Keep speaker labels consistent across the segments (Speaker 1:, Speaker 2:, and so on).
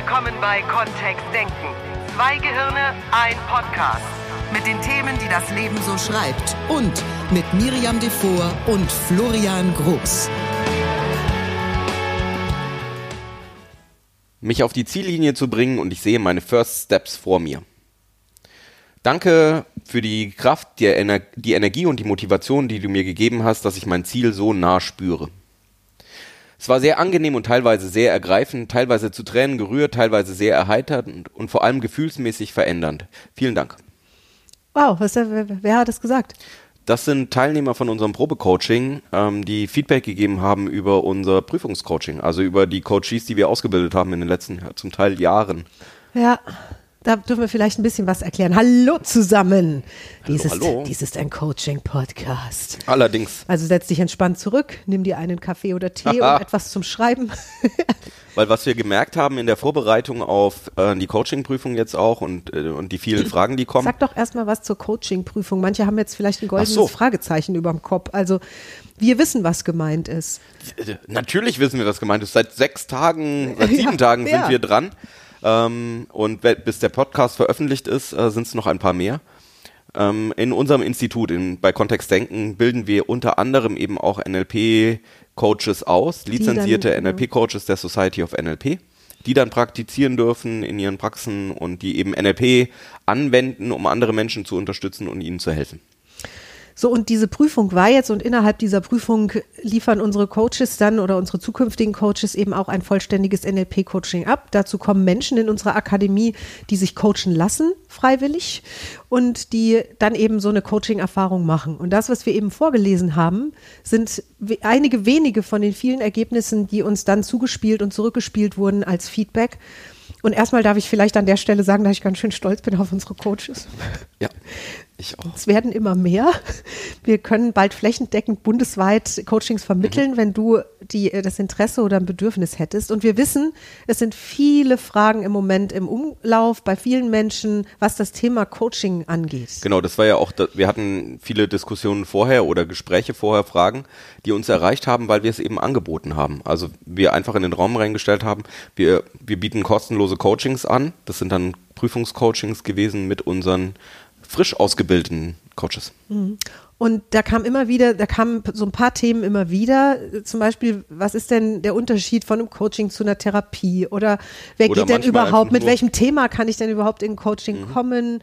Speaker 1: willkommen bei Kontext Denken. 2 Gehirne, ein Podcast.
Speaker 2: Mit den Themen, die das Leben so schreibt. Und mit Miriam Devor und Florian Groß.
Speaker 3: Mich auf die Ziellinie zu bringen und ich sehe meine First Steps vor mir. Danke für die Kraft, die Energie und die Motivation, die du mir gegeben hast, dass ich mein Ziel so nah spüre. Es war sehr angenehm und teilweise sehr ergreifend, teilweise zu Tränen gerührt, teilweise sehr erheiternd und vor allem gefühlsmäßig verändernd. Vielen Dank.
Speaker 4: Wow, wer hat das gesagt?
Speaker 3: Das sind Teilnehmer von unserem Probecoaching, die Feedback gegeben haben über unser Prüfungscoaching, also über die Coaches, die wir ausgebildet haben in den letzten, zum Teil Jahren.
Speaker 4: Ja, da dürfen wir vielleicht ein bisschen was erklären. Hallo zusammen.
Speaker 3: Hallo.
Speaker 4: Dies ist ein Coaching-Podcast.
Speaker 3: Allerdings.
Speaker 4: Also setz dich entspannt zurück, nimm dir einen Kaffee oder Tee und etwas zum Schreiben.
Speaker 3: Weil was wir gemerkt haben in der Vorbereitung auf die Coaching-Prüfung jetzt auch und die vielen Fragen, die kommen.
Speaker 4: Sag doch erstmal was zur Coaching-Prüfung. Manche haben jetzt vielleicht ein goldenes Fragezeichen überm Kopf. Also wir wissen, was gemeint ist.
Speaker 3: Natürlich wissen wir, was gemeint ist. Seit 7 Tagen sind wir dran. Und bis der Podcast veröffentlicht ist, sind es noch ein paar mehr. In unserem Institut, bei Kontext Denken, bilden wir unter anderem eben auch NLP-Coaches aus, lizenzierte NLP-Coaches der Society of NLP, die dann praktizieren dürfen in ihren Praxen und die eben NLP anwenden, um andere Menschen zu unterstützen und ihnen zu helfen.
Speaker 4: So, und diese Prüfung war jetzt und innerhalb dieser Prüfung liefern unsere Coaches dann oder unsere zukünftigen Coaches eben auch ein vollständiges NLP-Coaching ab. Dazu kommen Menschen in unserer Akademie, die sich coachen lassen, freiwillig, und die dann eben so eine Coaching-Erfahrung machen. Und das, was wir eben vorgelesen haben, sind einige wenige von den vielen Ergebnissen, die uns dann zugespielt und zurückgespielt wurden als Feedback. Und erstmal darf ich vielleicht an der Stelle sagen, dass ich ganz schön stolz bin auf unsere Coaches.
Speaker 3: Ja, ich auch.
Speaker 4: Es werden immer mehr. Wir können bald flächendeckend bundesweit Coachings vermitteln, wenn du das Interesse oder ein Bedürfnis hättest. Und wir wissen, es sind viele Fragen im Moment im Umlauf bei vielen Menschen, was das Thema Coaching angeht.
Speaker 3: Genau, das war ja auch, wir hatten viele Diskussionen vorher oder Gespräche vorher, Fragen, die uns erreicht haben, weil wir es eben angeboten haben. Also wir einfach in den Raum reingestellt haben, wir bieten kostenlose Coachings an. Das sind dann Prüfungscoachings gewesen mit unseren frisch ausgebildeten Coaches.
Speaker 4: Und da kamen so ein paar Themen immer wieder, zum Beispiel, was ist denn der Unterschied von einem Coaching zu einer Therapie oder wer geht denn überhaupt, mit welchem Thema kann ich denn überhaupt in ein Coaching kommen?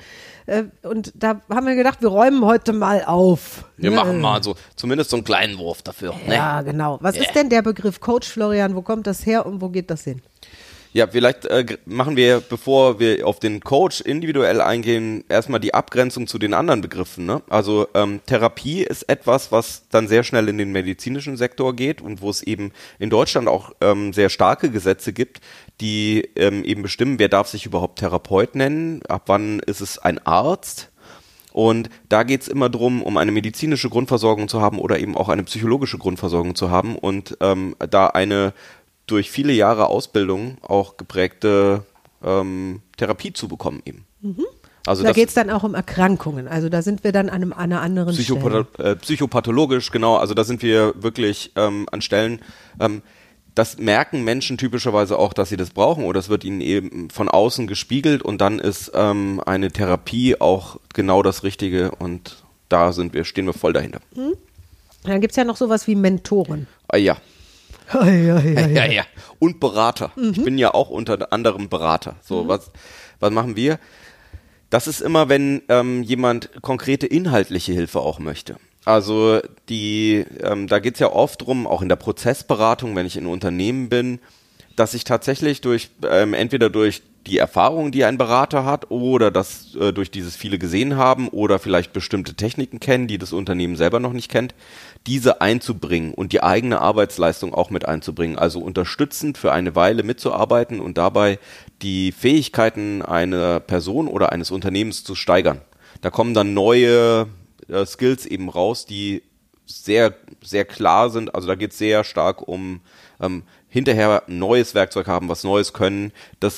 Speaker 4: Und da haben wir gedacht, wir räumen heute mal auf.
Speaker 3: Wir machen mal so, zumindest so einen kleinen Wurf dafür.
Speaker 4: Ja, genau. Was ist denn der Begriff Coach, Florian? Wo kommt das her und wo geht das hin?
Speaker 3: Ja, vielleicht machen wir, bevor wir auf den Coach individuell eingehen, erstmal die Abgrenzung zu den anderen Begriffen. Ne? Also Therapie ist etwas, was dann sehr schnell in den medizinischen Sektor geht und wo es eben in Deutschland auch sehr starke Gesetze gibt, die eben bestimmen, wer darf sich überhaupt Therapeut nennen, ab wann ist es ein Arzt. Und da geht's immer drum, um eine medizinische Grundversorgung zu haben oder eben auch eine psychologische Grundversorgung zu haben und da eine durch viele Jahre Ausbildung auch geprägte Therapie zu bekommen eben. Also
Speaker 4: da geht es dann auch um Erkrankungen, also da sind wir dann an einer anderen Stelle.
Speaker 3: Psychopathologisch, genau, also da sind wir wirklich an Stellen, das merken Menschen typischerweise auch, dass sie das brauchen oder es wird ihnen eben von außen gespiegelt und dann ist eine Therapie auch genau das Richtige und da stehen wir voll dahinter.
Speaker 4: Dann gibt es ja noch sowas wie Mentoren.
Speaker 3: Ja.
Speaker 4: Ja.
Speaker 3: Und Berater. Ich bin ja auch unter anderem Berater. So, was machen wir? Das ist immer, wenn jemand konkrete inhaltliche Hilfe auch möchte. Also da geht's ja oft drum, auch in der Prozessberatung, wenn ich in Unternehmen bin, dass ich tatsächlich entweder durch die Erfahrung, die ein Berater hat, oder durch dieses viele gesehen haben oder vielleicht bestimmte Techniken kennen, die das Unternehmen selber noch nicht kennt, diese einzubringen und die eigene Arbeitsleistung auch mit einzubringen. Also unterstützend für eine Weile mitzuarbeiten und dabei die Fähigkeiten einer Person oder eines Unternehmens zu steigern. Da kommen dann neue Skills eben raus, die sehr, sehr klar sind. Also da geht es sehr stark um hinterher ein neues Werkzeug haben, was Neues können. Das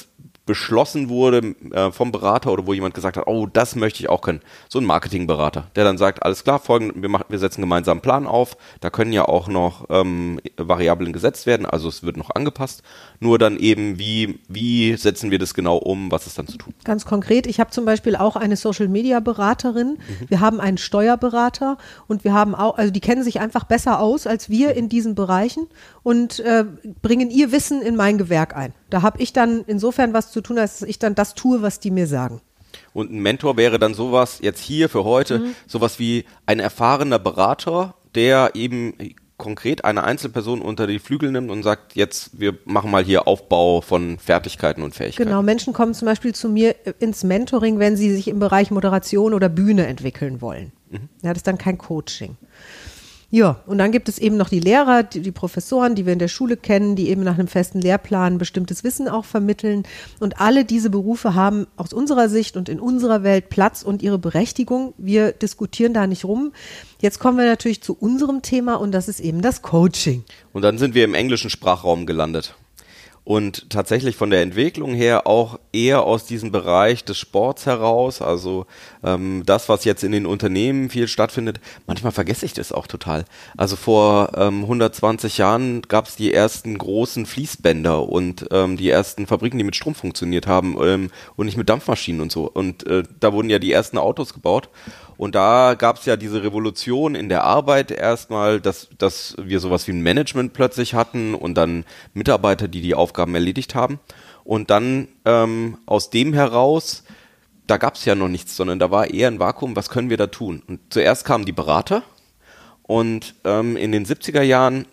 Speaker 3: beschlossen wurde vom Berater oder wo jemand gesagt hat, oh, das möchte ich auch können. So ein Marketingberater, der dann sagt, alles klar, wir setzen gemeinsam einen Plan auf, da können ja auch noch Variablen gesetzt werden, also es wird noch angepasst, nur dann eben, wie setzen wir das genau um, was ist dann zu tun?
Speaker 4: Ganz konkret, ich habe zum Beispiel auch eine Social-Media-Beraterin, wir haben einen Steuerberater und wir haben auch, also die kennen sich einfach besser aus als wir in diesen Bereichen und bringen ihr Wissen in mein Gewerk ein. Da habe ich dann insofern was zu tun, als ich dann das tue, was die mir sagen.
Speaker 3: Und ein Mentor wäre dann sowas, jetzt hier für heute, sowas wie ein erfahrener Berater, der eben konkret eine Einzelperson unter die Flügel nimmt und sagt, jetzt, wir machen mal hier Aufbau von Fertigkeiten und Fähigkeiten.
Speaker 4: Genau, Menschen kommen zum Beispiel zu mir ins Mentoring, wenn sie sich im Bereich Moderation oder Bühne entwickeln wollen. Ja, das ist dann kein Coaching. Ja, und dann gibt es eben noch die Lehrer, die Professoren, die wir in der Schule kennen, die eben nach einem festen Lehrplan bestimmtes Wissen auch vermitteln. Und alle diese Berufe haben aus unserer Sicht und in unserer Welt Platz und ihre Berechtigung. Wir diskutieren da nicht rum. Jetzt kommen wir natürlich zu unserem Thema und das ist eben das Coaching.
Speaker 3: Und dann sind wir im englischen Sprachraum gelandet. Und tatsächlich von der Entwicklung her auch eher aus diesem Bereich des Sports heraus, also das, was jetzt in den Unternehmen viel stattfindet, manchmal vergesse ich das auch total. Also vor 120 Jahren gab es die ersten großen Fließbänder und die ersten Fabriken, die mit Strom funktioniert haben und nicht mit Dampfmaschinen und so. Und da wurden ja die ersten Autos gebaut. Und da gab es ja diese Revolution in der Arbeit erstmal, dass wir sowas wie ein Management plötzlich hatten und dann Mitarbeiter, die Aufgaben erledigt haben. Und dann aus dem heraus, da gab es ja noch nichts, sondern da war eher ein Vakuum, was können wir da tun? Und zuerst kamen die Berater und in den 70er Jahren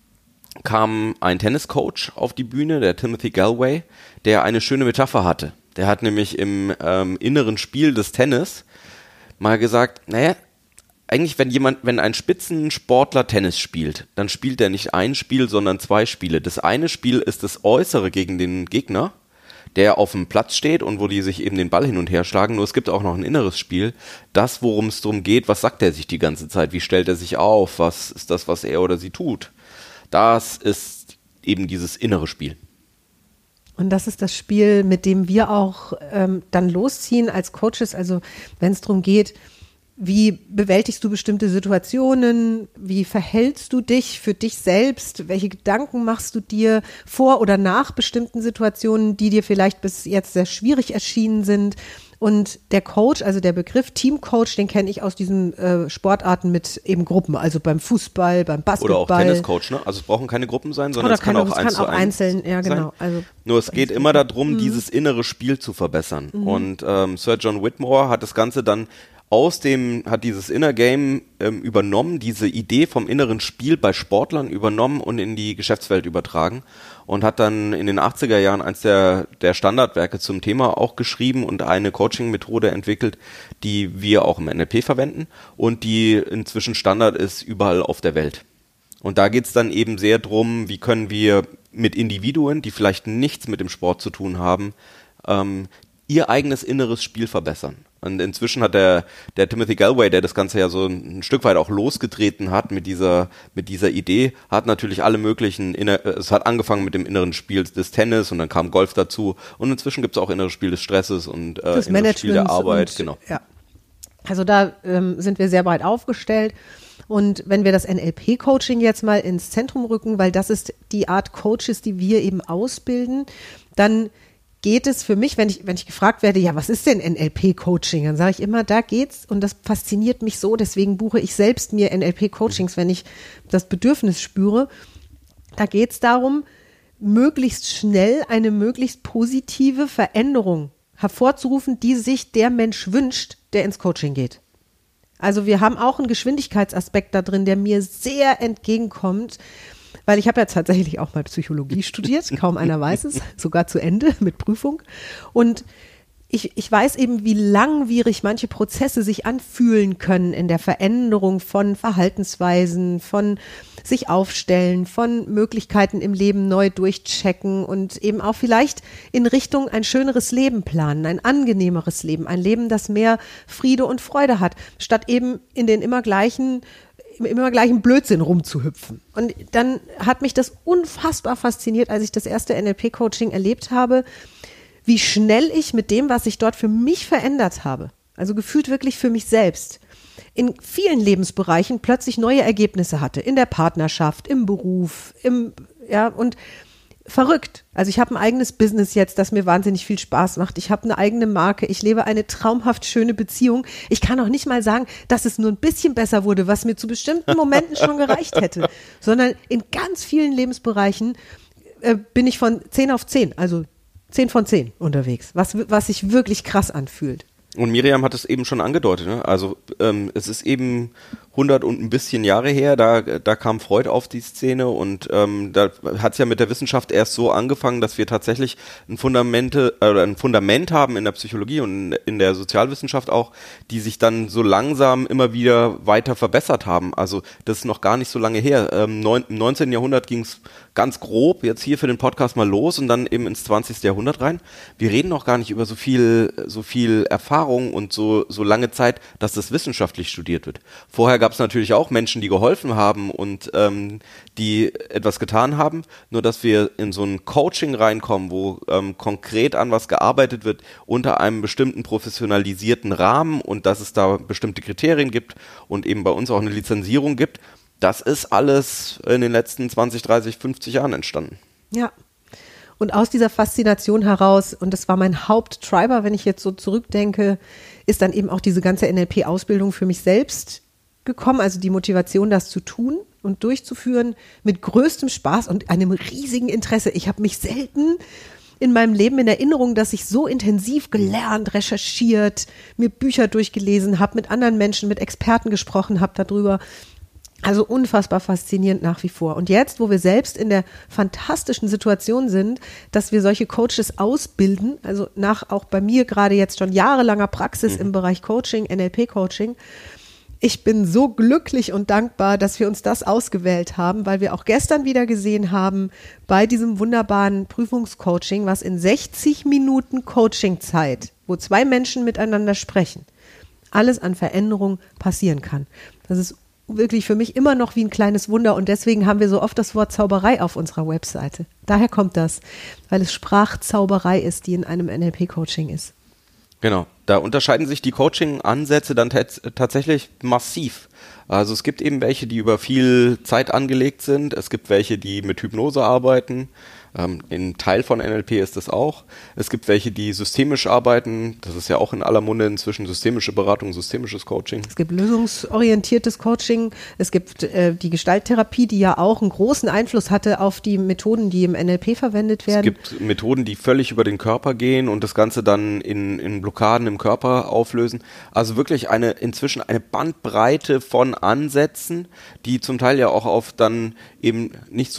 Speaker 3: kam ein Tenniscoach auf die Bühne, der Timothy Gallwey, der eine schöne Metapher hatte. Der hat nämlich im inneren Spiel des Tennis mal gesagt, naja, eigentlich wenn ein Spitzensportler Tennis spielt, dann spielt er nicht ein Spiel, sondern zwei Spiele. Das eine Spiel ist das Äußere gegen den Gegner, der auf dem Platz steht und wo die sich eben den Ball hin und her schlagen. Nur es gibt auch noch ein inneres Spiel, das, worum es darum geht, was sagt er sich die ganze Zeit, wie stellt er sich auf, was ist das, was er oder sie tut. Das ist eben dieses innere Spiel.
Speaker 4: Und das ist das Spiel, mit dem wir auch dann losziehen als Coaches, also wenn es darum geht, wie bewältigst du bestimmte Situationen, wie verhältst du dich für dich selbst, welche Gedanken machst du dir vor oder nach bestimmten Situationen, die dir vielleicht bis jetzt sehr schwierig erschienen sind. Und der Coach, also der Begriff Teamcoach, den kenne ich aus diesen Sportarten mit eben Gruppen, also beim Fußball, beim Basketball.
Speaker 3: Oder auch Tenniscoach, ne? Also es brauchen keine Gruppen sein, sondern es kann auch einzeln
Speaker 4: ja, genau. Also
Speaker 3: nur es geht immer darum, dieses innere Spiel zu verbessern. Und Sir John Whitmore hat das Ganze dann hat dieses Inner Game übernommen, diese Idee vom inneren Spiel bei Sportlern übernommen und in die Geschäftswelt übertragen und hat dann in den 80er Jahren eins der Standardwerke zum Thema auch geschrieben und eine Coaching-Methode entwickelt, die wir auch im NLP verwenden und die inzwischen Standard ist überall auf der Welt. Und da geht's dann eben sehr drum, wie können wir mit Individuen, die vielleicht nichts mit dem Sport zu tun haben, ihr eigenes inneres Spiel verbessern. Und inzwischen hat der Timothy Gallwey, der das Ganze ja so ein Stück weit auch losgetreten hat mit dieser Idee, hat natürlich alle möglichen, es hat angefangen mit dem inneren Spiel des Tennis und dann kam Golf dazu und inzwischen gibt es auch inneres Spiel des Stresses und
Speaker 4: das
Speaker 3: inneres Spiel der Arbeit.
Speaker 4: Und, genau. Ja. Also da sind wir sehr breit aufgestellt. Und wenn wir das NLP-Coaching jetzt mal ins Zentrum rücken, weil das ist die Art Coaches, die wir eben ausbilden, dann geht es für mich, wenn ich gefragt werde, ja, was ist denn NLP-Coaching? Dann sage ich immer, da geht's und das fasziniert mich so, deswegen buche ich selbst mir NLP-Coachings, wenn ich das Bedürfnis spüre. Da geht's darum, möglichst schnell eine möglichst positive Veränderung hervorzurufen, die sich der Mensch wünscht, der ins Coaching geht. Also wir haben auch einen Geschwindigkeitsaspekt da drin, der mir sehr entgegenkommt, weil ich habe ja tatsächlich auch mal Psychologie studiert, kaum einer weiß es, sogar zu Ende mit Prüfung. Und ich weiß eben, wie langwierig manche Prozesse sich anfühlen können in der Veränderung von Verhaltensweisen, von sich aufstellen, von Möglichkeiten im Leben neu durchchecken und eben auch vielleicht in Richtung ein schöneres Leben planen, ein angenehmeres Leben, ein Leben, das mehr Friede und Freude hat, statt eben in den immer gleichen Blödsinn rumzuhüpfen. Und dann hat mich das unfassbar fasziniert, als ich das erste NLP-Coaching erlebt habe, wie schnell ich mit dem, was ich dort für mich verändert habe, also gefühlt wirklich für mich selbst, in vielen Lebensbereichen plötzlich neue Ergebnisse hatte. In der Partnerschaft, im Beruf, und verrückt. Also ich habe ein eigenes Business jetzt, das mir wahnsinnig viel Spaß macht. Ich habe eine eigene Marke. Ich lebe eine traumhaft schöne Beziehung. Ich kann auch nicht mal sagen, dass es nur ein bisschen besser wurde, was mir zu bestimmten Momenten schon gereicht hätte, sondern in ganz vielen Lebensbereichen bin ich von 10 auf 10, also 10 von 10 unterwegs, was sich wirklich krass anfühlt.
Speaker 3: Und Miriam hat es eben schon angedeutet, ne? Also es ist eben 100 und ein bisschen Jahre her, da kam Freud auf die Szene und da hat es ja mit der Wissenschaft erst so angefangen, dass wir tatsächlich ein Fundament haben in der Psychologie und in der Sozialwissenschaft auch, die sich dann so langsam immer wieder weiter verbessert haben. Also das ist noch gar nicht so lange her. Im 19. Jahrhundert ging es ganz grob jetzt hier für den Podcast mal los und dann eben ins 20. Jahrhundert rein. Wir reden noch gar nicht über so viel Erfahrung und so lange Zeit, dass das wissenschaftlich studiert wird. Vorher gab es natürlich auch Menschen, die geholfen haben und die etwas getan haben, nur dass wir in so ein Coaching reinkommen, wo konkret an was gearbeitet wird, unter einem bestimmten professionalisierten Rahmen und dass es da bestimmte Kriterien gibt und eben bei uns auch eine Lizenzierung gibt. Das ist alles in den letzten 20, 30, 50 Jahren entstanden.
Speaker 4: Ja. Und aus dieser Faszination heraus, und das war mein Haupttreiber, wenn ich jetzt so zurückdenke, ist dann eben auch diese ganze NLP-Ausbildung für mich selbst gekommen, also die Motivation, das zu tun und durchzuführen mit größtem Spaß und einem riesigen Interesse. Ich habe mich selten in meinem Leben in Erinnerung, dass ich so intensiv gelernt, recherchiert, mir Bücher durchgelesen habe, mit anderen Menschen, mit Experten gesprochen habe darüber. Also unfassbar faszinierend nach wie vor. Und jetzt, wo wir selbst in der fantastischen Situation sind, dass wir solche Coaches ausbilden, also nach auch bei mir gerade jetzt schon jahrelanger Praxis im Bereich Coaching, NLP-Coaching, ich bin so glücklich und dankbar, dass wir uns das ausgewählt haben, weil wir auch gestern wieder gesehen haben, bei diesem wunderbaren Prüfungscoaching, was in 60 Minuten Coachingzeit, wo 2 Menschen miteinander sprechen, alles an Veränderung passieren kann. Das ist wirklich für mich immer noch wie ein kleines Wunder und deswegen haben wir so oft das Wort Zauberei auf unserer Webseite. Daher kommt das, weil es Sprachzauberei ist, die in einem NLP-Coaching ist.
Speaker 3: Genau, da unterscheiden sich die Coaching-Ansätze dann tatsächlich massiv. Also es gibt eben welche, die über viel Zeit angelegt sind, es gibt welche, die mit Hypnose arbeiten, ein Teil von NLP ist das auch. Es gibt welche, die systemisch arbeiten, das ist ja auch in aller Munde inzwischen, systemische Beratung, systemisches Coaching.
Speaker 4: Es gibt lösungsorientiertes Coaching, es gibt die Gestalttherapie, die ja auch einen großen Einfluss hatte auf die Methoden, die im NLP verwendet werden.
Speaker 3: Es gibt Methoden, die völlig über den Körper gehen und das Ganze dann in Blockaden im Körper auflösen. Also wirklich inzwischen eine Bandbreite von Ansätzen, die zum Teil ja auch auf dann eben nicht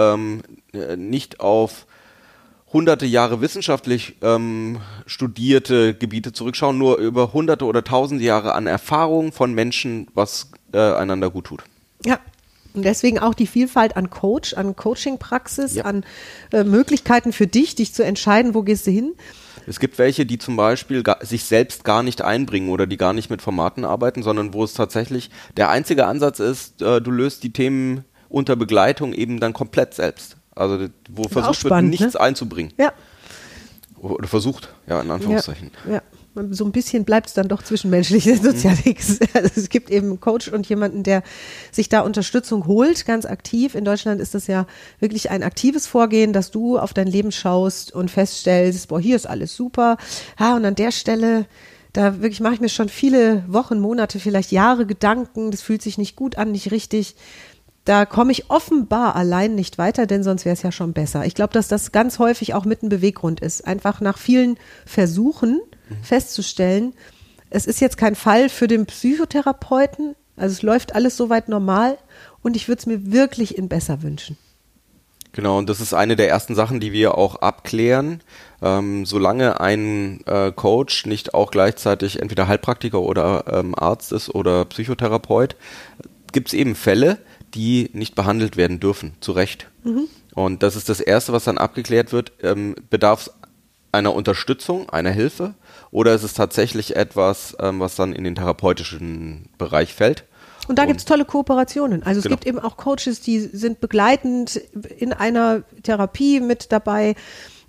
Speaker 3: auf hunderte Jahre wissenschaftlich studierte Gebiete zurückschauen, nur über hunderte oder tausende Jahre an Erfahrung von Menschen, was einander gut tut.
Speaker 4: Ja, und deswegen auch die Vielfalt an Coaching-Praxis, ja, an Möglichkeiten für dich zu entscheiden, wo gehst du hin.
Speaker 3: Es gibt welche, die zum Beispiel sich selbst gar nicht einbringen oder die gar nicht mit Formaten arbeiten, sondern wo es tatsächlich der einzige Ansatz ist, du löst die Themen unter Begleitung eben dann komplett selbst. Also wo versucht wird, nichts einzubringen.
Speaker 4: Ja.
Speaker 3: Oder versucht, ja, in Anführungszeichen.
Speaker 4: Ja. So ein bisschen bleibt es dann doch zwischenmenschlich, sozial nichts. Also es gibt eben einen Coach und jemanden, der sich da Unterstützung holt, ganz aktiv. In Deutschland ist das ja wirklich ein aktives Vorgehen, dass du auf dein Leben schaust und feststellst, boah, hier ist alles super. Und an der Stelle, da wirklich mache ich mir schon viele Wochen, Monate, vielleicht Jahre Gedanken, das fühlt sich nicht gut an, nicht richtig. Da komme ich offenbar allein nicht weiter, denn sonst wäre es ja schon besser. Ich glaube, dass das ganz häufig auch mit ein Beweggrund ist. Einfach nach vielen Versuchen festzustellen, es ist jetzt kein Fall für den Psychotherapeuten, also es läuft alles soweit normal und ich würde es mir wirklich in besser wünschen.
Speaker 3: Genau, und das ist eine der ersten Sachen, die wir auch abklären. Solange ein Coach nicht auch gleichzeitig entweder Heilpraktiker oder Arzt ist oder Psychotherapeut, gibt es eben Fälle, die nicht behandelt werden dürfen, zu Recht. Und das ist das Erste, was dann abgeklärt wird. Bedarf es einer Unterstützung, einer Hilfe oder ist es tatsächlich etwas, was dann in den therapeutischen Bereich fällt?
Speaker 4: Und da gibt es tolle Kooperationen. Also es gibt eben auch Coaches, die sind begleitend in einer Therapie mit dabei.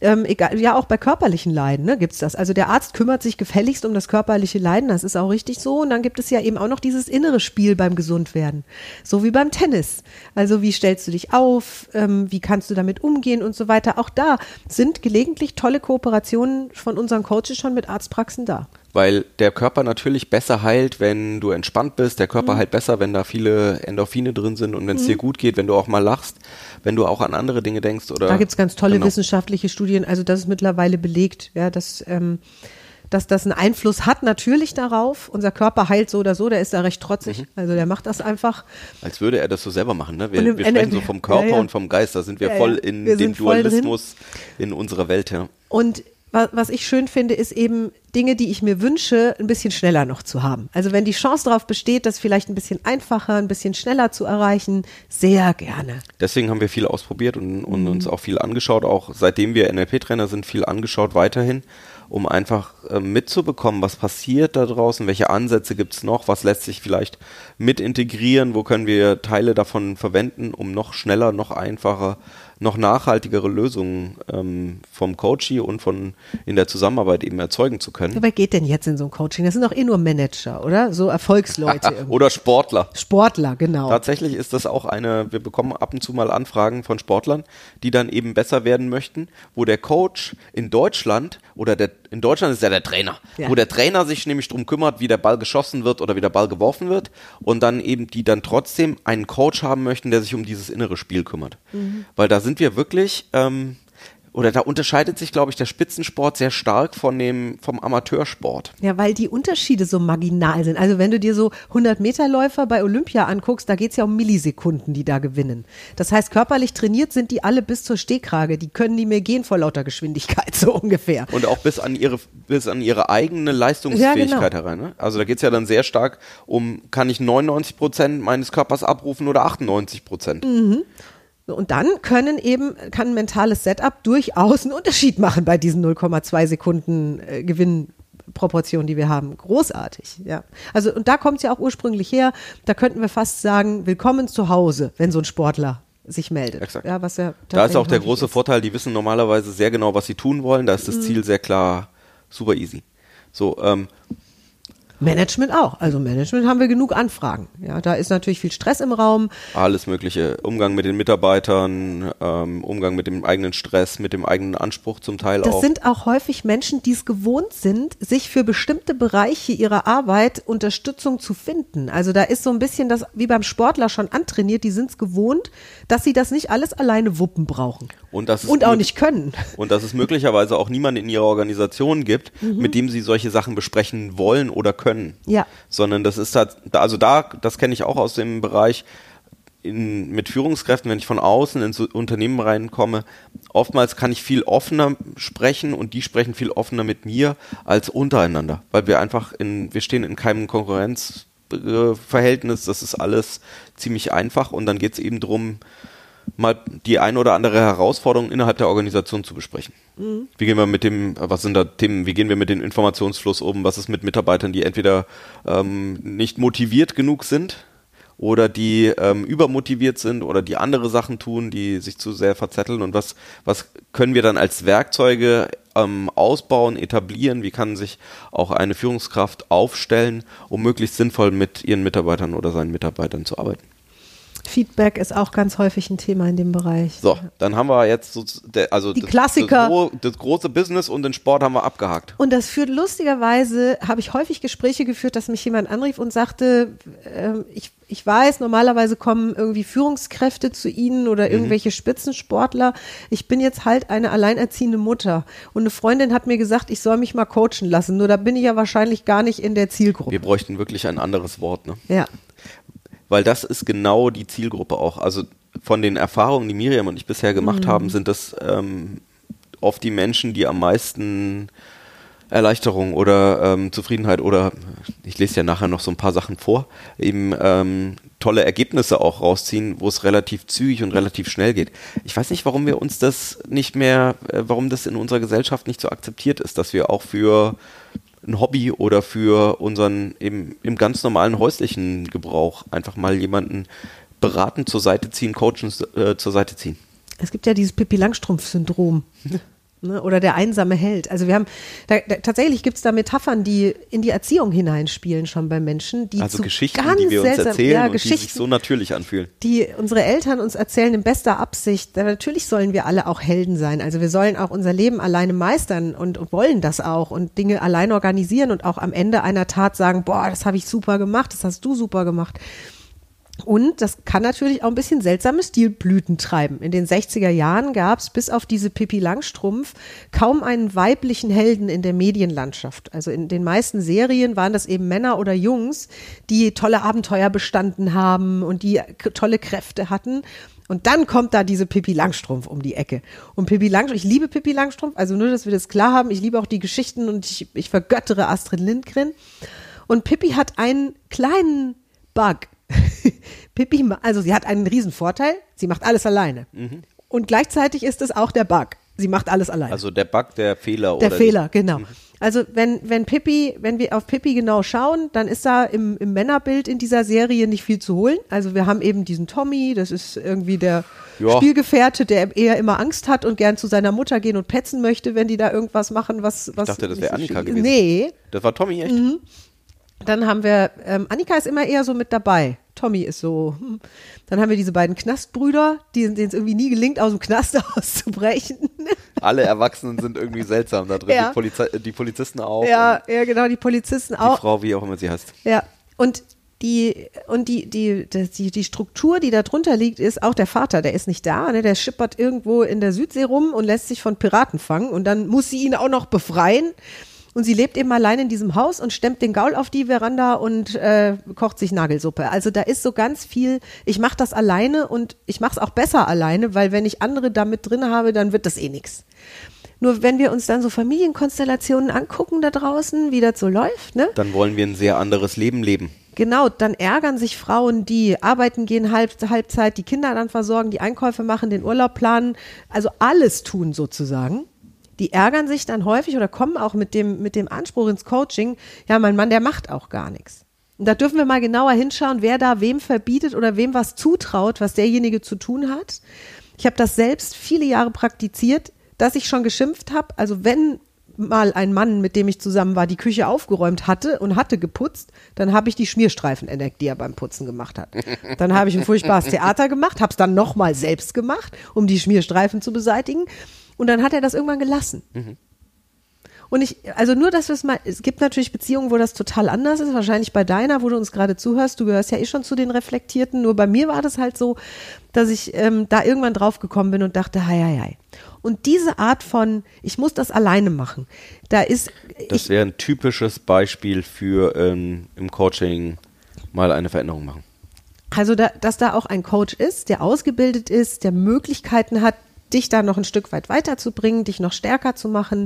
Speaker 4: Egal, ja, auch bei körperlichen Leiden, ne, gibt's das. Also der Arzt kümmert sich gefälligst um das körperliche Leiden, das ist auch richtig so. Und dann gibt es ja eben auch noch dieses innere Spiel beim Gesundwerden. So wie beim Tennis. Also wie stellst du dich auf, wie kannst du damit umgehen und so weiter. Auch da sind gelegentlich tolle Kooperationen von unseren Coaches schon mit Arztpraxen da.
Speaker 3: Weil der Körper natürlich besser heilt, wenn du entspannt bist. Der Körper heilt besser, wenn da viele Endorphine drin sind und wenn es dir gut geht, wenn du auch mal lachst, wenn du auch an andere Dinge denkst. Oder,
Speaker 4: da gibt es ganz tolle wissenschaftliche Studien. Also das ist mittlerweile belegt, ja, dass das einen Einfluss hat natürlich darauf. Unser Körper heilt so oder so, der ist da recht trotzig. Also der macht das einfach.
Speaker 3: Als würde er das so selber machen. Ne? Wir sprechen so vom Körper und vom Geist. Da sind wir voll in dem Dualismus in unserer Welt. Ja.
Speaker 4: Und was ich schön finde, ist eben Dinge, die ich mir wünsche, ein bisschen schneller noch zu haben. Also wenn die Chance darauf besteht, das vielleicht ein bisschen einfacher, ein bisschen schneller zu erreichen, sehr gerne.
Speaker 3: Deswegen haben wir viel ausprobiert und uns auch viel angeschaut, auch seitdem wir NLP-Trainer sind, viel angeschaut weiterhin, um einfach mitzubekommen, was passiert da draußen, welche Ansätze gibt es noch, was lässt sich vielleicht mit integrieren, wo können wir Teile davon verwenden, um noch schneller, noch einfacher, noch nachhaltigere Lösungen vom Coachee und von in der Zusammenarbeit eben erzeugen zu können.
Speaker 4: Wer geht denn jetzt in so ein Coaching? Das sind doch nur Manager, oder? So Erfolgsleute.
Speaker 3: Oder Sportler.
Speaker 4: Sportler, genau.
Speaker 3: Tatsächlich ist das auch wir bekommen ab und zu mal Anfragen von Sportlern, die dann eben besser werden möchten, wo der Coach in Deutschland in Deutschland ist ja der Trainer, wo der Trainer sich nämlich drum kümmert, wie der Ball geschossen wird oder wie der Ball geworfen wird und dann eben die dann trotzdem einen Coach haben möchten, der sich um dieses innere Spiel kümmert. Weil da sind wir wirklich, da unterscheidet sich, glaube ich, der Spitzensport sehr stark vom Amateursport.
Speaker 4: Ja, weil die Unterschiede so marginal sind. Also wenn du dir so 100-Meter-Läufer bei Olympia anguckst, da geht es ja um Millisekunden, die da gewinnen. Das heißt, körperlich trainiert sind die alle bis zur Stehkrage. Die können nie mehr gehen vor lauter Geschwindigkeit, so ungefähr.
Speaker 3: Und auch bis an ihre eigene Leistungsfähigkeit herein. Ne? Also da geht es ja dann sehr stark um, kann ich 99% meines Körpers abrufen oder 98%?
Speaker 4: Mhm. Und dann kann ein mentales Setup durchaus einen Unterschied machen bei diesen 0,2 Sekunden Gewinnproportion, die wir haben. Großartig, ja. Also, und da kommt es ja auch ursprünglich her, da könnten wir fast sagen, willkommen zu Hause, wenn so ein Sportler sich meldet.
Speaker 3: Exakt.
Speaker 4: Ja, was ja
Speaker 3: da ist auch der große Vorteil, die wissen normalerweise sehr genau, was sie tun wollen, da ist das Ziel sehr klar, super easy. So,
Speaker 4: Management auch. Also Management haben wir genug Anfragen. Ja, da ist natürlich viel Stress im Raum.
Speaker 3: Alles Mögliche. Umgang mit den Mitarbeitern, Umgang mit dem eigenen Stress, mit dem eigenen Anspruch zum Teil auch.
Speaker 4: Das sind auch häufig Menschen, die es gewohnt sind, sich für bestimmte Bereiche ihrer Arbeit Unterstützung zu finden. Also da ist so ein bisschen das, wie beim Sportler schon antrainiert, die sind es gewohnt, dass sie das nicht alles alleine wuppen brauchen. Und auch nicht können.
Speaker 3: Und dass es möglicherweise auch niemanden in ihrer Organisation gibt, mit dem sie solche Sachen besprechen wollen oder können.
Speaker 4: Ja.
Speaker 3: Sondern das ist das kenne ich auch aus dem Bereich mit Führungskräften, wenn ich von außen ins Unternehmen reinkomme, oftmals kann ich viel offener sprechen und die sprechen viel offener mit mir als untereinander, weil wir stehen in keinem Konkurrenzverhältnis, das ist alles ziemlich einfach und dann geht es eben darum, mal die ein oder andere Herausforderung innerhalb der Organisation zu besprechen. Wie gehen wir mit was sind da Themen, wie gehen wir mit dem Informationsfluss um, was ist mit Mitarbeitern, die entweder nicht motiviert genug sind oder die übermotiviert sind oder die andere Sachen tun, die sich zu sehr verzetteln und was können wir dann als Werkzeuge ausbauen, etablieren, wie kann sich auch eine Führungskraft aufstellen, um möglichst sinnvoll mit ihren Mitarbeitern oder seinen Mitarbeitern zu arbeiten.
Speaker 4: Feedback ist auch ganz häufig ein Thema in dem Bereich.
Speaker 3: So, dann haben wir jetzt
Speaker 4: die Klassiker.
Speaker 3: Das große Business und den Sport haben wir abgehakt.
Speaker 4: Und das führt lustigerweise, habe ich häufig Gespräche geführt, dass mich jemand anrief und sagte, ich weiß, normalerweise kommen irgendwie Führungskräfte zu Ihnen oder irgendwelche Spitzensportler. Ich bin jetzt halt eine alleinerziehende Mutter. Und eine Freundin hat mir gesagt, ich soll mich mal coachen lassen. Nur da bin ich ja wahrscheinlich gar nicht in der Zielgruppe.
Speaker 3: Wir bräuchten wirklich ein anderes Wort, ne?
Speaker 4: Ja.
Speaker 3: Weil das ist genau die Zielgruppe auch. Also von den Erfahrungen, die Miriam und ich bisher gemacht haben, sind das oft die Menschen, die am meisten Erleichterung oder Zufriedenheit oder, ich lese ja nachher noch so ein paar Sachen vor, eben tolle Ergebnisse auch rausziehen, wo es relativ zügig und relativ schnell geht. Ich weiß nicht, warum wir uns das nicht mehr, warum das in unserer Gesellschaft nicht so akzeptiert ist, dass wir auch für ein Hobby oder für unseren im ganz normalen häuslichen Gebrauch einfach mal jemanden beraten zur Seite ziehen, coachen zur Seite ziehen.
Speaker 4: Es gibt ja dieses Pippi-Langstrumpf-Syndrom. Ne? Oder der einsame Held. Also wir haben, tatsächlich gibt es da Metaphern, die in die Erziehung hineinspielen schon bei Menschen. Die
Speaker 3: also
Speaker 4: zu
Speaker 3: Geschichten,
Speaker 4: ganz
Speaker 3: die wir uns erzählen und
Speaker 4: Geschichten,
Speaker 3: die sich so natürlich anfühlen.
Speaker 4: Die unsere Eltern uns erzählen in bester Absicht. Natürlich sollen wir alle auch Helden sein. Also wir sollen auch unser Leben alleine meistern und wollen das auch und Dinge allein organisieren und auch am Ende einer Tat sagen, boah, das habe ich super gemacht, das hast du super gemacht. Und das kann natürlich auch ein bisschen seltsame Stilblüten treiben. In den 60er Jahren gab es bis auf diese Pippi Langstrumpf kaum einen weiblichen Helden in der Medienlandschaft. Also in den meisten Serien waren das eben Männer oder Jungs, die tolle Abenteuer bestanden haben und die tolle Kräfte hatten. Und dann kommt da diese Pippi Langstrumpf um die Ecke. Und Pippi Langstrumpf, ich liebe Pippi Langstrumpf, also nur, dass wir das klar haben. Ich liebe auch die Geschichten und ich vergöttere Astrid Lindgren. Und Pippi hat einen kleinen Bug. Pippi, also sie hat einen riesen Vorteil, sie macht alles alleine. Mhm. Und gleichzeitig ist es auch der Bug. Sie macht alles alleine.
Speaker 3: Also der Bug, der Fehler.
Speaker 4: Der Fehler, genau. Mhm. Also wenn wir auf Pippi genau schauen, dann ist da im Männerbild in dieser Serie nicht viel zu holen. Also wir haben eben diesen Tommy, das ist irgendwie der Spielgefährte, der eher immer Angst hat und gern zu seiner Mutter gehen und petzen möchte, wenn die da irgendwas machen, was
Speaker 3: ich dachte, das wäre Annika gewesen.
Speaker 4: Nee.
Speaker 3: Das war Tommy, echt?
Speaker 4: Mhm. Dann haben wir, Annika ist immer eher so mit dabei. Tommy ist so. Dann haben wir diese beiden Knastbrüder, denen es irgendwie nie gelingt, aus dem Knast auszubrechen.
Speaker 3: Alle Erwachsenen sind irgendwie seltsam da drin.
Speaker 4: Ja.
Speaker 3: Die Polizisten auch.
Speaker 4: Ja, genau, die Polizisten auch.
Speaker 3: Die Frau, wie auch immer sie heißt.
Speaker 4: Ja, und die Struktur, die da drunter liegt, ist auch der Vater, der ist nicht da, ne? Der schippert irgendwo in der Südsee rum und lässt sich von Piraten fangen und dann muss sie ihn auch noch befreien. Und sie lebt eben allein in diesem Haus und stemmt den Gaul auf die Veranda und kocht sich Nagelsuppe. Also da ist so ganz viel, ich mache das alleine und ich mache es auch besser alleine, weil wenn ich andere da mit drin habe, dann wird das eh nichts. Nur wenn wir uns dann so Familienkonstellationen angucken da draußen, wie das so läuft, ne?
Speaker 3: Dann wollen wir ein sehr anderes Leben leben.
Speaker 4: Genau, dann ärgern sich Frauen, die arbeiten gehen Halbzeit, die Kinder dann versorgen, die Einkäufe machen, den Urlaub planen, also alles tun sozusagen. Die ärgern sich dann häufig oder kommen auch mit dem Anspruch ins Coaching, ja, mein Mann, der macht auch gar nichts. Und da dürfen wir mal genauer hinschauen, wer da wem verbietet oder wem was zutraut, was derjenige zu tun hat. Ich habe das selbst viele Jahre praktiziert, dass ich schon geschimpft habe. Also wenn mal ein Mann, mit dem ich zusammen war, die Küche aufgeräumt hatte und hatte geputzt, dann habe ich die Schmierstreifen entdeckt, die er beim Putzen gemacht hat. Dann habe ich ein furchtbares Theater gemacht, habe es dann nochmal selbst gemacht, um die Schmierstreifen zu beseitigen. Und dann hat er das irgendwann gelassen. Mhm. Und also nur, dass wir es mal, es gibt natürlich Beziehungen, wo das total anders ist, wahrscheinlich bei deiner, wo du uns gerade zuhörst, du gehörst ja eh schon zu den Reflektierten, nur bei mir war das halt so, dass ich da irgendwann drauf gekommen bin und dachte, hei. Und diese Art von, ich muss das alleine machen, das
Speaker 3: wäre ein typisches Beispiel für im Coaching mal eine Veränderung machen.
Speaker 4: Also dass da auch ein Coach ist, der ausgebildet ist, der Möglichkeiten hat, dich da noch ein Stück weit weiterzubringen, dich noch stärker zu machen,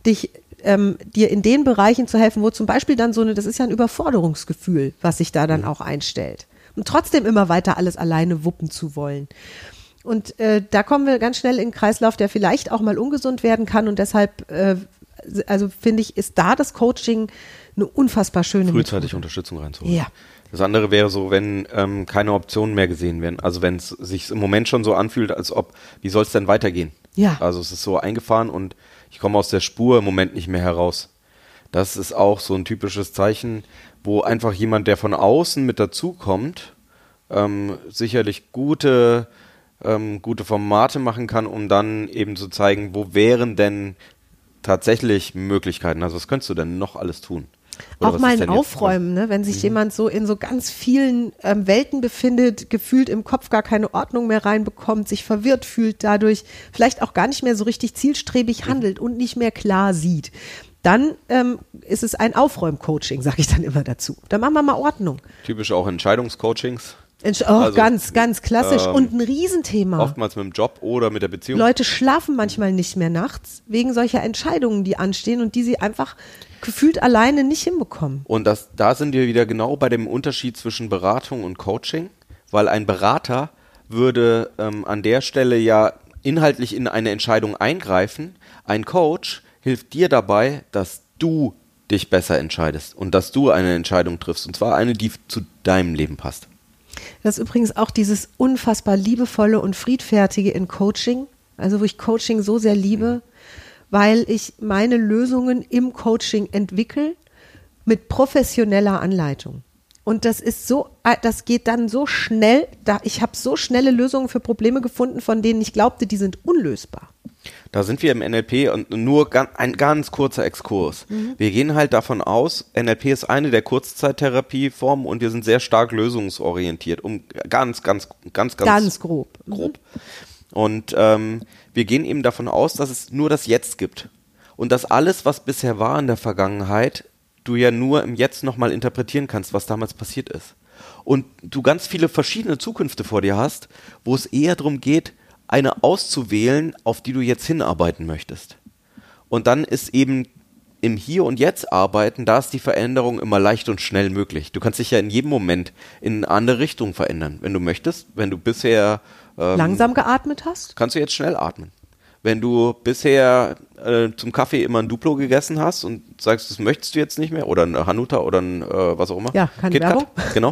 Speaker 4: dir in den Bereichen zu helfen, wo zum Beispiel dann das ist ja ein Überforderungsgefühl, was sich da dann auch einstellt. Und trotzdem immer weiter alles alleine wuppen zu wollen. Und da kommen wir ganz schnell in einen Kreislauf, der vielleicht auch mal ungesund werden kann. Und deshalb, also finde ich, ist da das Coaching eine unfassbar schöne
Speaker 3: frühzeitig Unterstützung reinzuholen.
Speaker 4: Ja.
Speaker 3: Das andere wäre so, wenn keine Optionen mehr gesehen werden. Also wenn es sich im Moment schon so anfühlt, als ob, wie soll es denn weitergehen?
Speaker 4: Ja.
Speaker 3: Also es ist so eingefahren und ich komme aus der Spur im Moment nicht mehr heraus. Das ist auch so ein typisches Zeichen, wo einfach jemand, der von außen mit dazukommt, sicherlich gute Formate machen kann, um dann eben zu zeigen, wo wären denn tatsächlich Möglichkeiten. Also was könntest du denn noch alles tun? Oder
Speaker 4: auch mal ein Aufräumen, ne? Wenn sich jemand so in so ganz vielen Welten befindet, gefühlt im Kopf gar keine Ordnung mehr reinbekommt, sich verwirrt fühlt dadurch, vielleicht auch gar nicht mehr so richtig zielstrebig handelt und nicht mehr klar sieht, dann ist es ein Aufräum-Coaching, sage ich dann immer dazu. Da machen wir mal Ordnung.
Speaker 3: Typisch auch Entscheidungscoachings.
Speaker 4: Ganz klassisch und ein Riesenthema.
Speaker 3: Oftmals mit dem Job oder mit der Beziehung.
Speaker 4: Leute schlafen manchmal nicht mehr nachts wegen solcher Entscheidungen, die anstehen und die sie einfach gefühlt alleine nicht hinbekommen.
Speaker 3: Und da sind wir wieder genau bei dem Unterschied zwischen Beratung und Coaching, weil ein Berater würde an der Stelle ja inhaltlich in eine Entscheidung eingreifen. Ein Coach hilft dir dabei, dass du dich besser entscheidest und dass du eine Entscheidung triffst, und zwar eine, die zu deinem Leben passt.
Speaker 4: Das ist übrigens auch dieses unfassbar liebevolle und friedfertige in Coaching, also wo ich Coaching so sehr liebe, weil ich meine Lösungen im Coaching entwickle mit professioneller Anleitung. Und das geht dann so schnell, ich habe so schnelle Lösungen für Probleme gefunden, von denen ich glaubte, die sind unlösbar.
Speaker 3: Da sind wir im NLP und nur ein ganz kurzer Exkurs. Wir gehen halt davon aus, NLP ist eine der Kurzzeittherapieformen und wir sind sehr stark lösungsorientiert, ganz grob. Und wir gehen eben davon aus, dass es nur das Jetzt gibt und dass alles, was bisher war in der Vergangenheit, du ja nur im Jetzt nochmal interpretieren kannst, was damals passiert ist. Und du ganz viele verschiedene Zukünfte vor dir hast, wo es eher darum geht, eine auszuwählen, auf die du jetzt hinarbeiten möchtest. Und dann ist eben im Hier und Jetzt arbeiten, da ist die Veränderung immer leicht und schnell möglich. Du kannst dich ja in jedem Moment in eine andere Richtung verändern, wenn du möchtest. Wenn du bisher
Speaker 4: langsam geatmet hast?
Speaker 3: Kannst du jetzt schnell atmen. Wenn du bisher zum Kaffee immer ein Duplo gegessen hast und sagst, das möchtest du jetzt nicht mehr, oder ein Hanuta oder ein was auch immer.
Speaker 4: Ja, keine Werbung.
Speaker 3: Genau.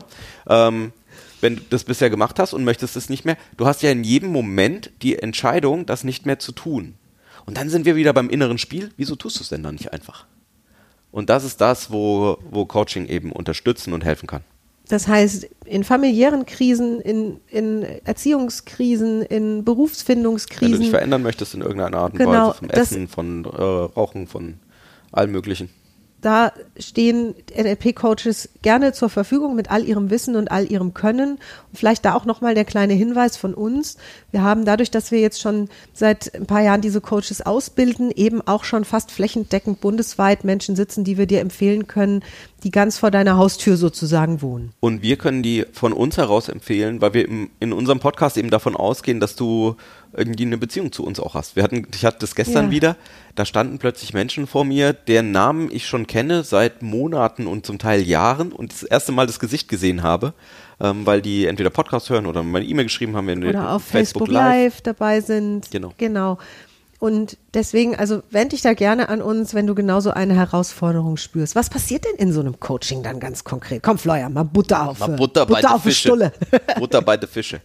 Speaker 3: Wenn du das bisher gemacht hast und möchtest es nicht mehr, du hast ja in jedem Moment die Entscheidung, das nicht mehr zu tun. Und dann sind wir wieder beim inneren Spiel. Wieso tust du es denn dann nicht einfach? Und das ist das, wo Coaching eben unterstützen und helfen kann.
Speaker 4: Das heißt, in familiären Krisen, in Erziehungskrisen, in Berufsfindungskrisen.
Speaker 3: Wenn du dich verändern möchtest in irgendeiner Art und Weise, vom Essen, von Rauchen, von allem Möglichen.
Speaker 4: Da stehen NLP-Coaches gerne zur Verfügung mit all ihrem Wissen und all ihrem Können. Und vielleicht da auch nochmal der kleine Hinweis von uns. Wir haben dadurch, dass wir jetzt schon seit ein paar Jahren diese Coaches ausbilden, eben auch schon fast flächendeckend bundesweit Menschen sitzen, die wir dir empfehlen können, die ganz vor deiner Haustür sozusagen wohnen.
Speaker 3: Und wir können die von uns heraus empfehlen, weil wir in unserem Podcast eben davon ausgehen, dass du irgendwie eine Beziehung zu uns auch hast. Ich hatte das gestern wieder, da standen plötzlich Menschen vor mir, deren Namen ich schon kenne seit Monaten und zum Teil Jahren und das erste Mal das Gesicht gesehen habe, weil die entweder Podcast hören oder meine E-Mail geschrieben haben.
Speaker 4: Oder auf Facebook Live dabei sind. Genau. Und deswegen, also wende dich da gerne an uns, wenn du genauso eine Herausforderung spürst. Was passiert denn in so einem Coaching dann ganz konkret? Komm, Florian, mal Butter auf die Stulle.
Speaker 3: Butter bei den Fische.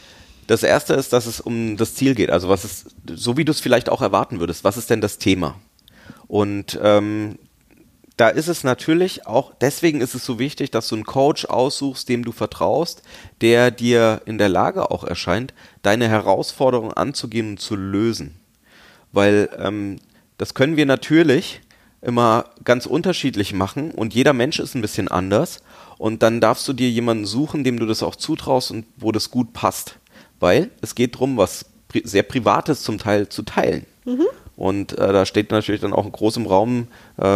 Speaker 3: Das erste ist, dass es um das Ziel geht. Also was ist, so wie du es vielleicht auch erwarten würdest, was ist denn das Thema? Und da ist es natürlich auch, deswegen ist es so wichtig, dass du einen Coach aussuchst, dem du vertraust, der dir in der Lage auch erscheint, deine Herausforderung anzugehen und zu lösen. Weil das können wir natürlich immer ganz unterschiedlich machen und jeder Mensch ist ein bisschen anders und dann darfst du dir jemanden suchen, dem du das auch zutraust und wo das gut passt. Weil es geht darum, was sehr Privates zum Teil zu teilen. Und da steht natürlich dann auch in großem Raum,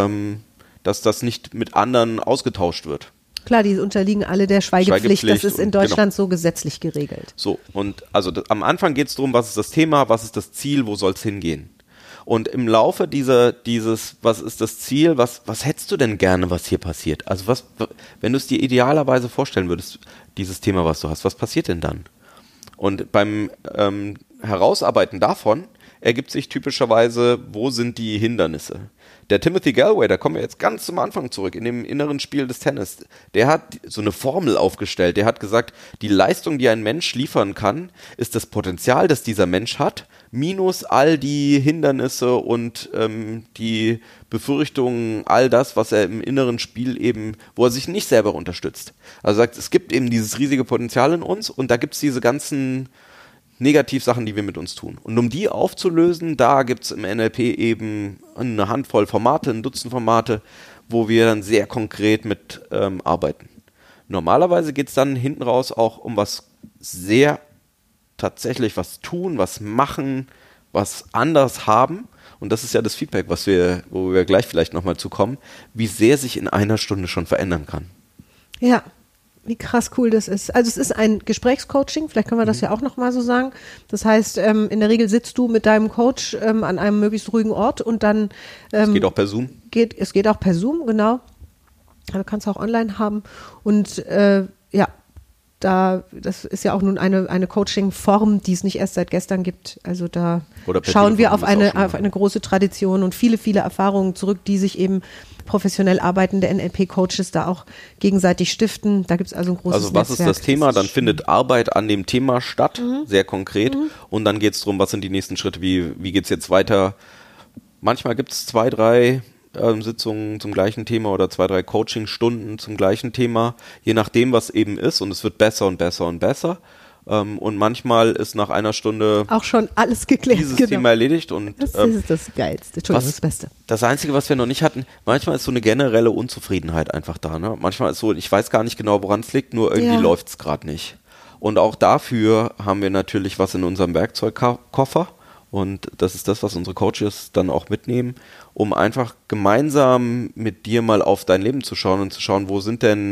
Speaker 3: dass das nicht mit anderen ausgetauscht wird.
Speaker 4: Klar, die unterliegen alle der Schweigepflicht. Das ist in Deutschland so gesetzlich geregelt.
Speaker 3: So, und also am Anfang geht es darum, was ist das Thema, was ist das Ziel, wo soll es hingehen? Und im Laufe dieses, was ist das Ziel, was hättest du denn gerne, was hier passiert? Also wenn du es dir idealerweise vorstellen würdest, dieses Thema, was du hast, was passiert denn dann? Und beim Herausarbeiten davon ergibt sich typischerweise, wo sind die Hindernisse? Der Timothy Gallwey, da kommen wir jetzt ganz zum Anfang zurück, in dem inneren Spiel des Tennis, der hat so eine Formel aufgestellt, der hat gesagt, die Leistung, die ein Mensch liefern kann, ist das Potenzial, das dieser Mensch hat, minus all die Hindernisse und die Befürchtungen, all das, was er im inneren Spiel eben, wo er sich nicht selber unterstützt. Also sagt, es gibt eben dieses riesige Potenzial in uns und da gibt es diese ganzen Negativsachen, die wir mit uns tun. Und um die aufzulösen, da gibt es im NLP eben eine Handvoll Formate, ein Dutzend Formate, wo wir dann sehr konkret mit arbeiten. Normalerweise geht es dann hinten raus auch um was sehr tatsächlich was tun, was machen, was anders haben. Und das ist ja das Feedback, wo wir gleich vielleicht nochmal zu kommen, wie sehr sich in einer Stunde schon verändern kann.
Speaker 4: Ja, wie krass cool das ist. Also es ist ein Gesprächscoaching, vielleicht können wir das ja auch nochmal so sagen. Das heißt, in der Regel sitzt du mit deinem Coach an einem möglichst ruhigen Ort und dann
Speaker 3: es geht auch per Zoom.
Speaker 4: Es geht auch per Zoom, genau. Also kannst du auch online haben. Und das ist ja auch nun eine Coaching-Form, die es nicht erst seit gestern gibt. Also da schauen wir auf eine große Tradition und viele, viele Erfahrungen zurück, die sich eben professionell arbeitende NLP-Coaches da auch gegenseitig stiften. Da gibt es also ein großes Netzwerk.
Speaker 3: Also was ist das Thema? Dann findet Arbeit an dem Thema statt, sehr konkret. Und dann geht es darum, was sind die nächsten Schritte, wie geht es jetzt weiter? manchmal gibt es 2, 3 Sitzungen zum gleichen Thema oder 2, 3 Coaching-Stunden zum gleichen Thema, je nachdem, was eben ist, und es wird besser und besser und besser. Und manchmal ist nach einer Stunde
Speaker 4: auch schon alles geklärt,
Speaker 3: dieses Thema erledigt. Und,
Speaker 4: das ist das Geilste. Entschuldigung, das Beste.
Speaker 3: Das Einzige, was wir noch nicht hatten, manchmal ist so eine generelle Unzufriedenheit einfach da. Ne? Manchmal ist so, ich weiß gar nicht genau, woran es liegt, nur irgendwie läuft es gerade nicht. Und auch dafür haben wir natürlich was in unserem Werkzeugkoffer. Und das ist das, was unsere Coaches dann auch mitnehmen, um einfach gemeinsam mit dir mal auf dein Leben zu schauen und zu schauen, wo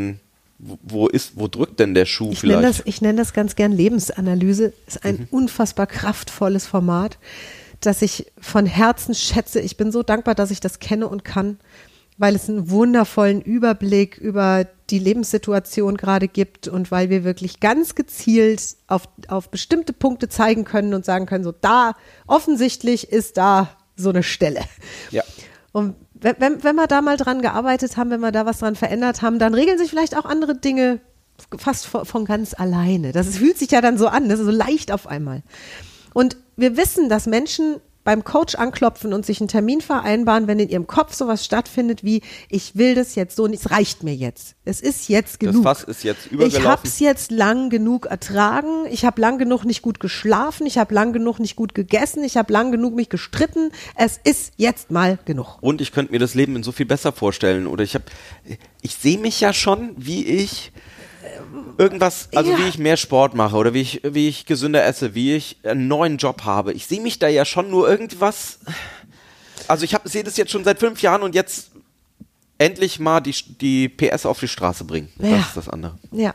Speaker 3: drückt denn der Schuh vielleicht?
Speaker 4: Ich nenne das ganz gern Lebensanalyse. Ist ein unfassbar kraftvolles Format, das ich von Herzen schätze. Ich bin so dankbar, dass ich das kenne und kann, weil es einen wundervollen Überblick über die Lebenssituation gerade gibt und weil wir wirklich ganz gezielt auf bestimmte Punkte zeigen können und sagen können, so da, offensichtlich ist da so eine Stelle.
Speaker 3: Ja.
Speaker 4: Und wenn wir da mal dran gearbeitet haben, wenn wir da was dran verändert haben, dann regeln sich vielleicht auch andere Dinge fast von ganz alleine. Das fühlt sich ja dann so an, das ist so leicht auf einmal. Und wir wissen, dass Menschen beim Coach anklopfen und sich einen Termin vereinbaren, wenn in ihrem Kopf sowas stattfindet wie, ich will das jetzt so nicht, es reicht mir jetzt. Es ist jetzt genug.
Speaker 3: Das Fass ist jetzt übergelaufen.
Speaker 4: Ich habe es jetzt lang genug ertragen, ich habe lang genug nicht gut geschlafen, ich habe lang genug nicht gut gegessen, ich habe lang genug mich gestritten. Es ist jetzt mal genug.
Speaker 3: Und ich könnte mir das Leben so viel besser vorstellen. Oder ich sehe mich ja schon, wie ich irgendwas, also wie ich mehr Sport mache oder wie ich gesünder esse, wie ich einen neuen Job habe. Ich sehe mich da ja schon nur irgendwas, also ich sehe das jetzt schon seit 5 Jahren und jetzt endlich mal die PS auf die Straße bringen. Das ist das andere.
Speaker 4: Ja.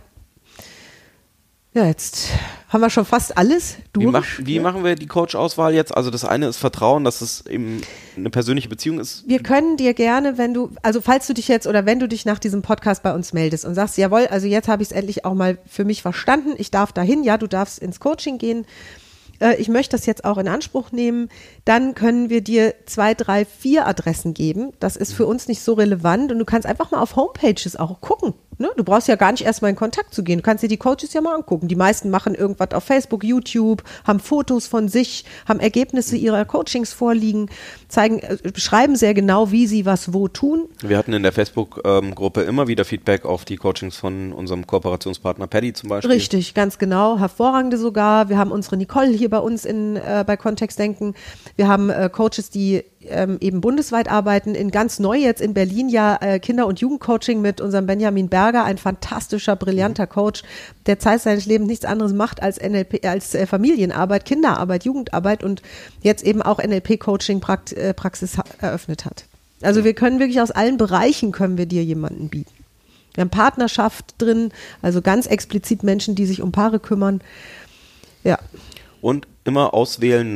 Speaker 4: Ja, jetzt haben wir schon fast alles durch.
Speaker 3: Wie machen wir die Coach-Auswahl jetzt? Also das eine ist Vertrauen, dass es eben eine persönliche Beziehung ist.
Speaker 4: Wir können dir gerne, falls du dich jetzt oder wenn du dich nach diesem Podcast bei uns meldest und sagst, jawohl, also jetzt habe ich es endlich auch mal für mich verstanden, ich darf dahin, ja, du darfst ins Coaching gehen, ich möchte das jetzt auch in Anspruch nehmen, dann können wir dir 2, 3, 4 Adressen geben. Das ist für uns nicht so relevant und du kannst einfach mal auf Homepages auch gucken. Ne? Du brauchst ja gar nicht erstmal in Kontakt zu gehen. Du kannst dir die Coaches ja mal angucken. Die meisten machen irgendwas auf Facebook, YouTube, haben Fotos von sich, haben Ergebnisse ihrer Coachings vorliegen, beschreiben sehr genau, wie sie was wo tun.
Speaker 3: Wir hatten in der Facebook-Gruppe immer wieder Feedback auf die Coachings von unserem Kooperationspartner Paddy zum Beispiel.
Speaker 4: Richtig, ganz genau. Hervorragende sogar. Wir haben unsere Nicole hier bei uns bei Kontextdenken. Wir haben Coaches, die eben bundesweit arbeiten, ganz neu jetzt in Berlin Kinder- und Jugendcoaching mit unserem Benjamin Berger, ein fantastischer, brillanter Coach, der Zeit seines Lebens nichts anderes macht als NLP, als Familienarbeit, Kinderarbeit, Jugendarbeit und jetzt eben auch NLP-Coaching-Praxis eröffnet hat. Also wir können wirklich aus allen Bereichen können wir dir jemanden bieten. Wir haben Partnerschaft drin, also ganz explizit Menschen, die sich um Paare kümmern. Ja.
Speaker 3: Und immer auswählen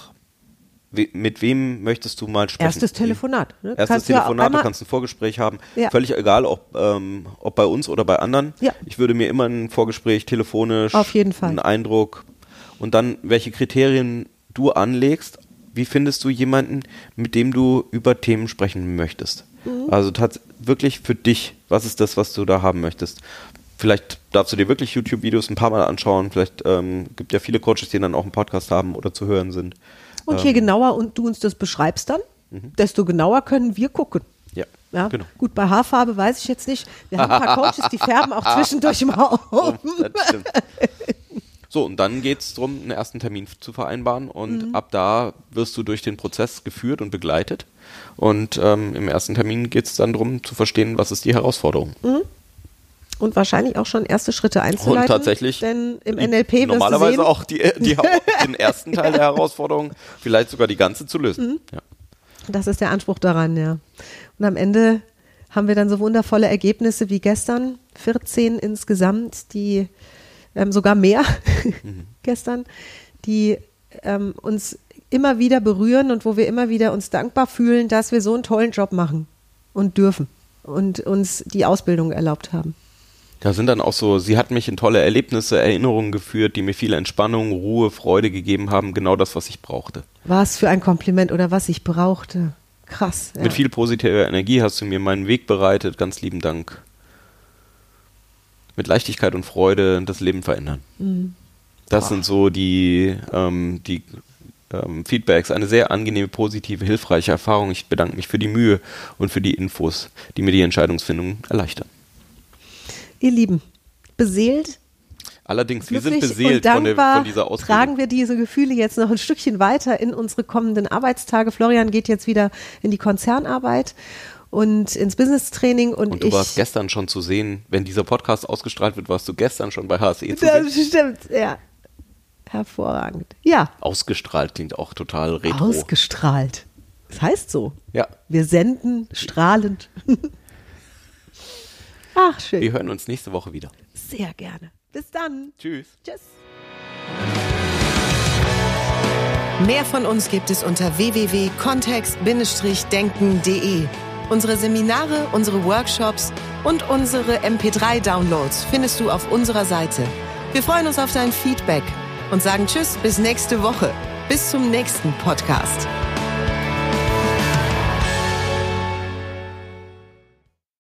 Speaker 3: mit wem möchtest du mal sprechen?
Speaker 4: Erstes Telefonat. Ne?
Speaker 3: Du kannst ein Vorgespräch haben. Ja. Völlig egal, ob bei uns oder bei anderen.
Speaker 4: Ja.
Speaker 3: Ich würde mir immer ein Vorgespräch telefonisch,
Speaker 4: auf jeden Fall,
Speaker 3: einen Eindruck und dann, welche Kriterien du anlegst. Wie findest du jemanden, mit dem du über Themen sprechen möchtest? Also wirklich für dich, was ist das, was du da haben möchtest? Vielleicht darfst du dir wirklich YouTube-Videos ein paar Mal anschauen. Vielleicht gibt ja viele Coaches, die dann auch einen Podcast haben oder zu hören sind.
Speaker 4: Und je genauer und du uns das beschreibst dann, desto genauer können wir gucken.
Speaker 3: Ja, genau.
Speaker 4: Gut, bei Haarfarbe weiß ich jetzt nicht. Wir haben ein paar Coaches, die färben auch zwischendurch mal auf.
Speaker 3: Das stimmt. So, und dann geht es darum, einen ersten Termin zu vereinbaren und ab da wirst du durch den Prozess geführt und begleitet. Und im ersten Termin geht es dann darum, zu verstehen, was ist die Herausforderung.
Speaker 4: Und wahrscheinlich auch schon erste Schritte einzuleiten.
Speaker 3: Und tatsächlich
Speaker 4: denn im NLP
Speaker 3: normalerweise
Speaker 4: wirst du sehen,
Speaker 3: auch den ersten Teil der Herausforderung, vielleicht sogar die ganze zu lösen. Ja.
Speaker 4: Das ist der Anspruch daran, ja. Und am Ende haben wir dann so wundervolle Ergebnisse wie gestern, 14 insgesamt, die sogar mehr gestern, die uns immer wieder berühren und wo wir immer wieder uns dankbar fühlen, dass wir so einen tollen Job machen und dürfen und uns die Ausbildung erlaubt haben.
Speaker 3: Da sind dann auch so, sie hat mich in tolle Erlebnisse, Erinnerungen geführt, die mir viel Entspannung, Ruhe, Freude gegeben haben, genau das, was ich brauchte.
Speaker 4: Was für ein Kompliment oder was ich brauchte. Krass. Ja.
Speaker 3: Mit viel positiver Energie hast du mir meinen Weg bereitet, ganz lieben Dank. Mit Leichtigkeit und Freude das Leben verändern. Das sind so die Feedbacks, eine sehr angenehme, positive, hilfreiche Erfahrung. Ich bedanke mich für die Mühe und für die Infos, die mir die Entscheidungsfindung erleichtern.
Speaker 4: Ihr Lieben, beseelt,
Speaker 3: allerdings, wir sind beseelt von dieser Ausbildung.
Speaker 4: Tragen wir diese Gefühle jetzt noch ein Stückchen weiter in unsere kommenden Arbeitstage. Florian geht jetzt wieder in die Konzernarbeit und ins Business-Training. Und
Speaker 3: du warst gestern schon zu sehen, wenn dieser Podcast ausgestrahlt wird, warst du gestern schon bei HSE zu
Speaker 4: sehen.
Speaker 3: Das
Speaker 4: stimmt, ja. Hervorragend. Ja.
Speaker 3: Ausgestrahlt klingt auch total retro.
Speaker 4: Ausgestrahlt. Das heißt so.
Speaker 3: Ja.
Speaker 4: Wir senden strahlend. Ach, schön.
Speaker 3: Wir hören uns nächste Woche wieder.
Speaker 4: Sehr gerne. Bis dann.
Speaker 3: Tschüss.
Speaker 4: Tschüss.
Speaker 2: Mehr von uns gibt es unter www.kontext-denken.de. Unsere Seminare, unsere Workshops und unsere MP3-Downloads findest du auf unserer Seite. Wir freuen uns auf dein Feedback und sagen Tschüss bis nächste Woche. Bis zum nächsten Podcast.